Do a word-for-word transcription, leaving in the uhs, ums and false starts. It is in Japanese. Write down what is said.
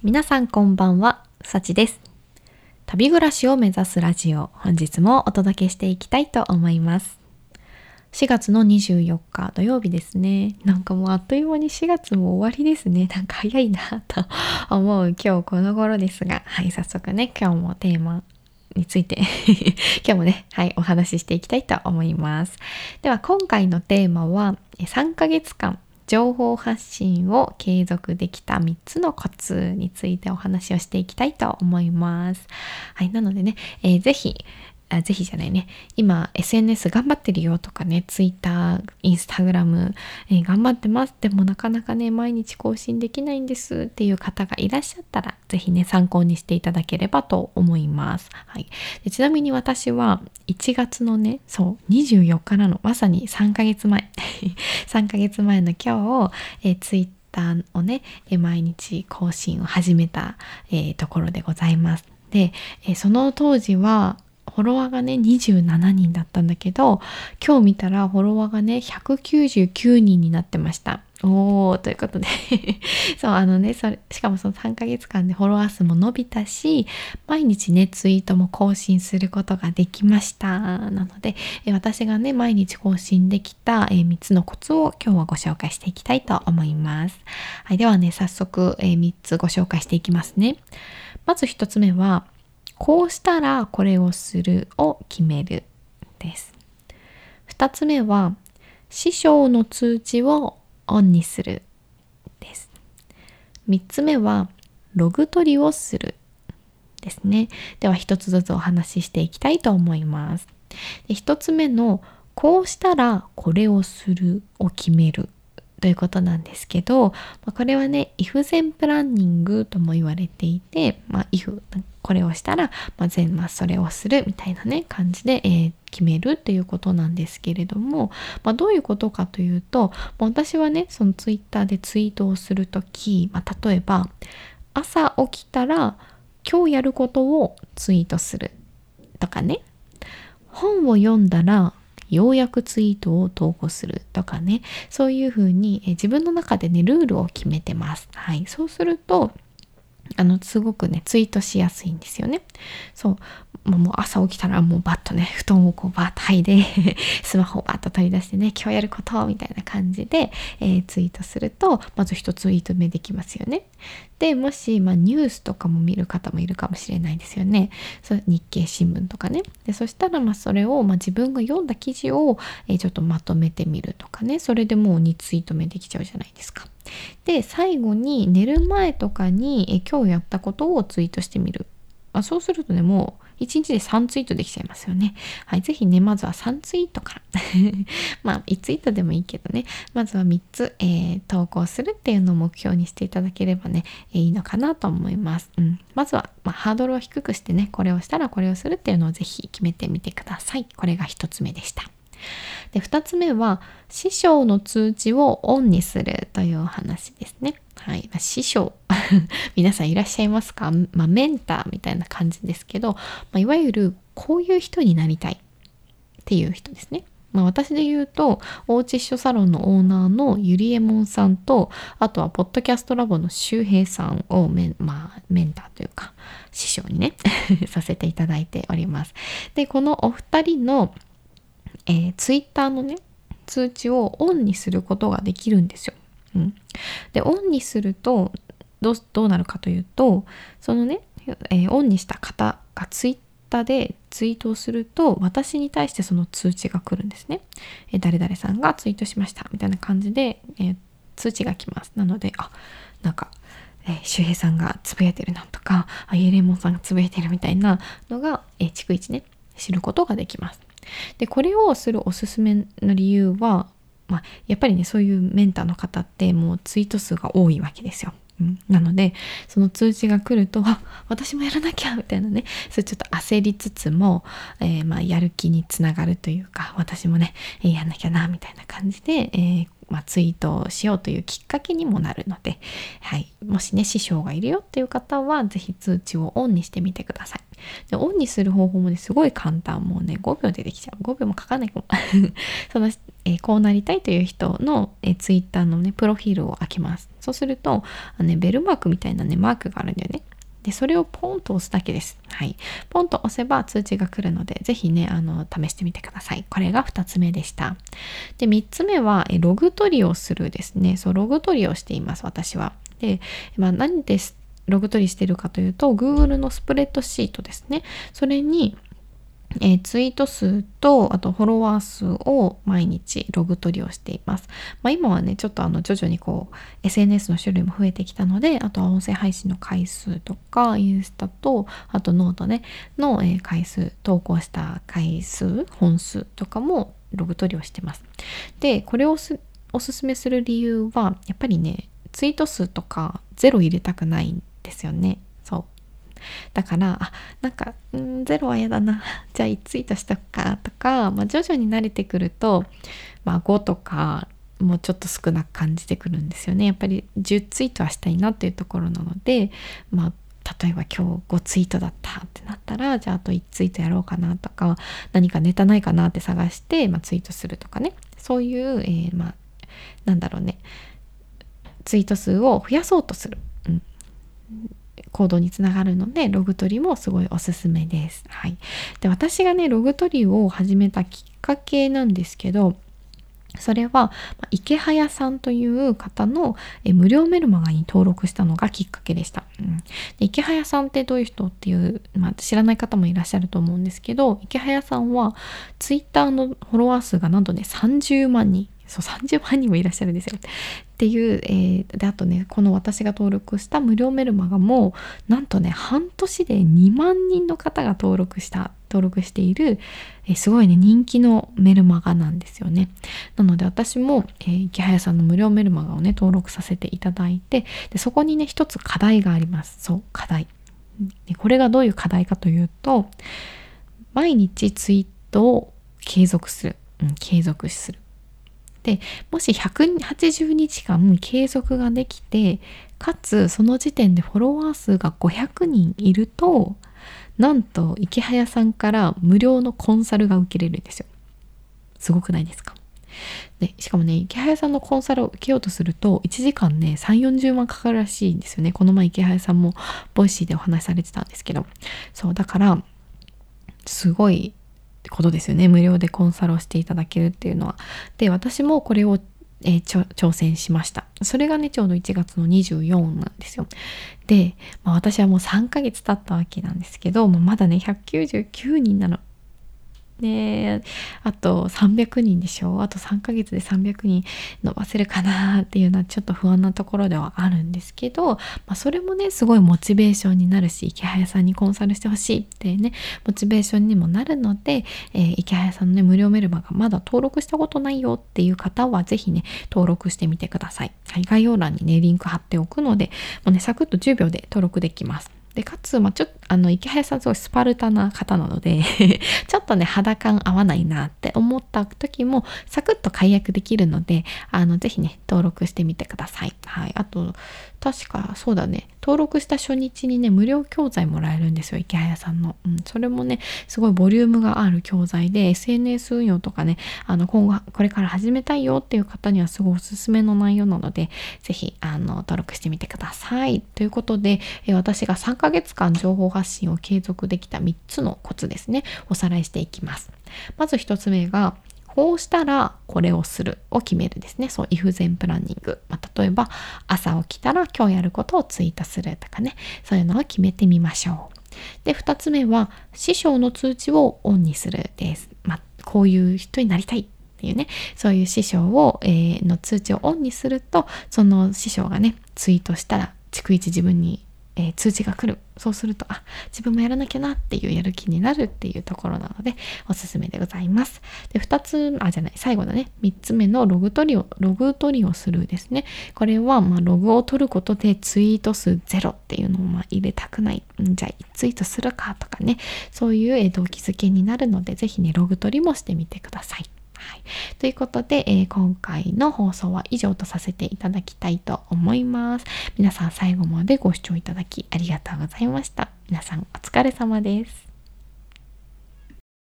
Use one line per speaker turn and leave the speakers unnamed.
皆さんこんばんは、さちです。旅暮らしを目指すラジオ、本日もお届けしていきたいと思います。しがつのにじゅうよっか土曜日ですね。なんかもうあっという間にしがつも終わりですね。なんか早いなと思う今日この頃ですが、はい、早速ね、今日もテーマについて今日もね、はい、お話ししていきたいと思います。では今回のテーマはさんかげつかん情報発信を継続できたみっつのコツについてお話をしていきたいと思います。はい、なのでね、えー、ぜひあぜひじゃないね今 エスエヌエス 頑張ってるよとかね、 Twitter、Instagram、えー、頑張ってます、でもなかなかね毎日更新できないんですっていう方がいらっしゃったら、ぜひね参考にしていただければと思います。はい、でちなみに私はいちがつのねそうにじゅうよっかなのまさにさんかげつまえさんかげつまえの今日、えー、Twitter をね、えー、毎日更新を始めた、えー、ところでございます。で、えー、その当時はフォロワーがねにじゅうななにんだったんだけど、今日見たらフォロワーがねひゃくきゅうじゅうきゅうにんになってました。おーということでそうあのねそれしかもそのさんかげつかんでフォロワー数も伸びたし、毎日ねツイートも更新することができました。なのでえ私がね毎日更新できたえみっつのコツを今日はご紹介していきたいと思います。はい、ではね早速えみっつご紹介していきますね。まずひとつめは、こうしたらこれをするを決めるです。二つ目は、師匠の通知をオンにするです。三つ目は、ログ取りをするですね。では一つずつお話ししていきたいと思います。で一つ目の、こうしたらこれをするを決めるということなんですけど、これはね if then プランニングとも言われていて、まあ、if これをしたら、まあ、then まあそれをするみたいなね感じで、えー、決めるということなんですけれども、まあ、どういうことかというと、まあ、私はねそのツイッターでツイートをするとき、まあ、例えば朝起きたら今日やることをツイートするとかね、本を読んだらようやくツイートを投稿するとかね、そういうふうにえ自分の中でねルールを決めてます。はい、そうするとあのすごくねツイートしやすいんですよね。そうもう朝起きたらもうバッとね布団をこうバッと剥いでスマホをバッと取り出してね、今日やることみたいな感じで、えー、ツイートするとまず一ツイート目できますよね。でもし、まあ、ニュースとかも見る方もいるかもしれないですよね。そ日経新聞とかね。でそしたらまあそれを、まあ、自分が読んだ記事を、えー、ちょっとまとめてみるとかね、それでもうにツイート目できちゃうじゃないですか。で最後に寝る前とかにえ今日やったことをツイートしてみる。あそうするとねもういちにちでさんツイートできちゃいますよね。はい、ぜひねまずはさんツイートからまあいちツイートでもいいけどね、まずはみっつ、えー、投稿するっていうのを目標にしていただければね、えー、いいのかなと思います。うん、まずは、まあ、ハードルを低くしてね、これをしたらこれをするっていうのをぜひ決めてみてください。これがひとつめでした。でふたつめは、師匠の通知をオンにするというお話ですね。はい、師匠皆さんいらっしゃいますか？まあ、メンターみたいな感じですけど、まあ、いわゆるこういう人になりたいっていう人ですね。まあ、私で言うとおうち秘書サロンのオーナーのゆりえもんさんと、あとはポッドキャストラボの周平さんをメン、まあ、メンターというか師匠にねさせていただいております。でこのお二人のえー、ツイッターのね通知をオンにすることができるんですよ。うん、でオンにするとどう、どうなるかというと、そのね、えー、オンにした方がツイッターでツイートをすると私に対してその通知が来るんですね。えー、誰々さんがツイートしましたみたいな感じで、えー、通知が来ます。なのであなんかえー、周平さんがつぶやいてるなとか、あイエレモンさんがつぶやいてるみたいなのが、えー、逐一ね知ることができます。でこれをするおすすめの理由は、まあ、やっぱりねそういうメンターの方ってもうツイート数が多いわけですよ。うん、なのでその通知が来るとあ私もやらなきゃみたいなね、それちょっと焦りつつも、えーまあ、やる気につながるというか、私もね、えー、やんなきゃなみたいな感じで、えーまあ、ツイートをしようというきっかけにもなるので、はい、もしね師匠がいるよっていう方はぜひ通知をオンにしてみてください。 でオンにする方法もねすごい簡単。もうねごびょうでできちゃう。ごびょうもかかんないかもその、えーこうなりたいという人の、えー、ツイッターのねプロフィールを開けます。そうするとあの、ね、ベルマークみたいなねマークがあるんだよね。でそれをポンと押すだけです。はい、ポンと押せば通知が来るので、ぜひねあの試してみてください。これがふたつめでした。でみっつめはえログ取りをするですね。そうログ取りをしています私は。で、まあ、何ですログ取りしてるかというと Google のスプレッドシートですね。それにえー、ツイート数とあとフォロワー数を毎日ログ取りをしています。まあ、今はねちょっとあの徐々にこう エスエヌエス の種類も増えてきたので、あとは音声配信の回数とかインスタとあとノートねの、えー回数、投稿した回数本数とかもログ取りをしてます。でこれをすおすすめする理由はやっぱりねツイート数とかゼロ入れたくないんですよね。そうだから、あ、なんか、んゼロは嫌だな。じゃあいちツイートしとくかとか、まあ、徐々に慣れてくると、まあ、ごとか、もうちょっと少なく感じてくるんですよね。やっぱりじゅうツイートはしたいなっていうところなので、まあ、例えば今日ごツイートだったってなったら、じゃああといちツイートやろうかなとか、何かネタないかなって探して、まあ、ツイートするとかね。そういう、えー、まあ、なんだろうね。ツイート数を増やそうとする。うん行動につながるのでログ取りもすごいおすすめです。はい、で私がねログ取りを始めたきっかけなんですけど、それは池早さんという方のえ無料メルマガに登録したのがきっかけでした。うん、で池早さんってどういう人っていう、まあ、知らない方もいらっしゃると思うんですけど、池早さんはツイッターのフォロワー数がなんとねさんじゅうまんにん、そうさんじゅうまんにんもいらっしゃるんですよ。っていう、えー、であとねこの私が登録した無料メルマガもなんとね半年でにまんにんの方が登録した登録している、えー、すごいね人気のメルマガなんですよね。なので私も、えー、池早さんの無料メルマガをね登録させていただいて、でそこにね一つ課題があります。そう課題でこれがどういう課題かというと、毎日ツイートを継続する、うん、継続する。でもしひゃくはちじゅうにちかん継続ができて、かつその時点でフォロワー数がごひゃくにんいると、なんと池早さんから無料のコンサルが受けれるんですよ。すごくないですか？でしかもね池早さんのコンサルを受けようとするといちじかんねさんじゅうよんじゅうまんかかるらしいんですよね。この前池早さんもボイシーでお話しされてたんですけど、そうだからすごいことですよね。無料でコンサルをしていただけるっていうのは。で私もこれを、えー、挑戦しました。それがねちょうどいちがつのにじゅうよっかなんですよ。で、まあ、私はもうさんかげつ経ったわけなんですけど、まあ、まだねひゃくきゅうじゅうきゅうにんなの。ねえ、あとさんびゃくにんでしょ。あとさんかげつでさんびゃくにん伸ばせるかなっていうのはちょっと不安なところではあるんですけど、まあ、それもねすごいモチベーションになるし、池早さんにコンサルしてほしいってねモチベーションにもなるので、えー、池早さんのね無料メルマガまだ登録したことないよっていう方はぜひね登録してみてください。はい、概要欄にねリンク貼っておくので、もうねサクッとじゅうびょうで登録できます。でかつ、まあ、ちょっとあの池早さんすごいスパルタな方なのでちょっとね肌感合わないなって思った時もサクッと解約できるので、あのぜひね登録してみてください。はい、あと確かそうだね登録した初日にね無料教材もらえるんですよ、池早さんの、うん、それもねすごいボリュームがある教材で エスエヌエス 運用とかねあの今後これから始めたいよっていう方にはすごいおすすめの内容なので、ぜひあの登録してみてください。ということで、え私がさんかげつかん情報発信を継続できたみっつのコツですねおさらいしていきます。まずひとつめがこうしたらこれをするを決めるですね。そう、イフゼンプランニング。まあ、例えば、朝起きたら今日やることをツイートするとかね。そういうのを決めてみましょう。で、ふたつめは、師匠の通知をオンにするです。まあ、こういう人になりたいっていうね。そういう師匠を、えー、の通知をオンにすると、その師匠がね、ツイートしたら、逐一自分にえー、通知が来る。そうすると、あ、自分もやらなきゃなっていうやる気になるっていうところなので、おすすめでございます。で、二つ、あ、じゃない、最後だね。三つ目のログ取りを、ログ取りをするですね。これは、まあ、ログを取ることでツイート数ゼロっていうのをまあ入れたくない。んじゃあ、ツイートするかとかね。そういう、えー、動機づけになるので、ぜひね、ログ取りもしてみてください。はい、ということで、えー、今回の放送は以上とさせていただきたいと思います。皆さん最後までご視聴いただきありがとうございました。 皆さんお疲れ様です。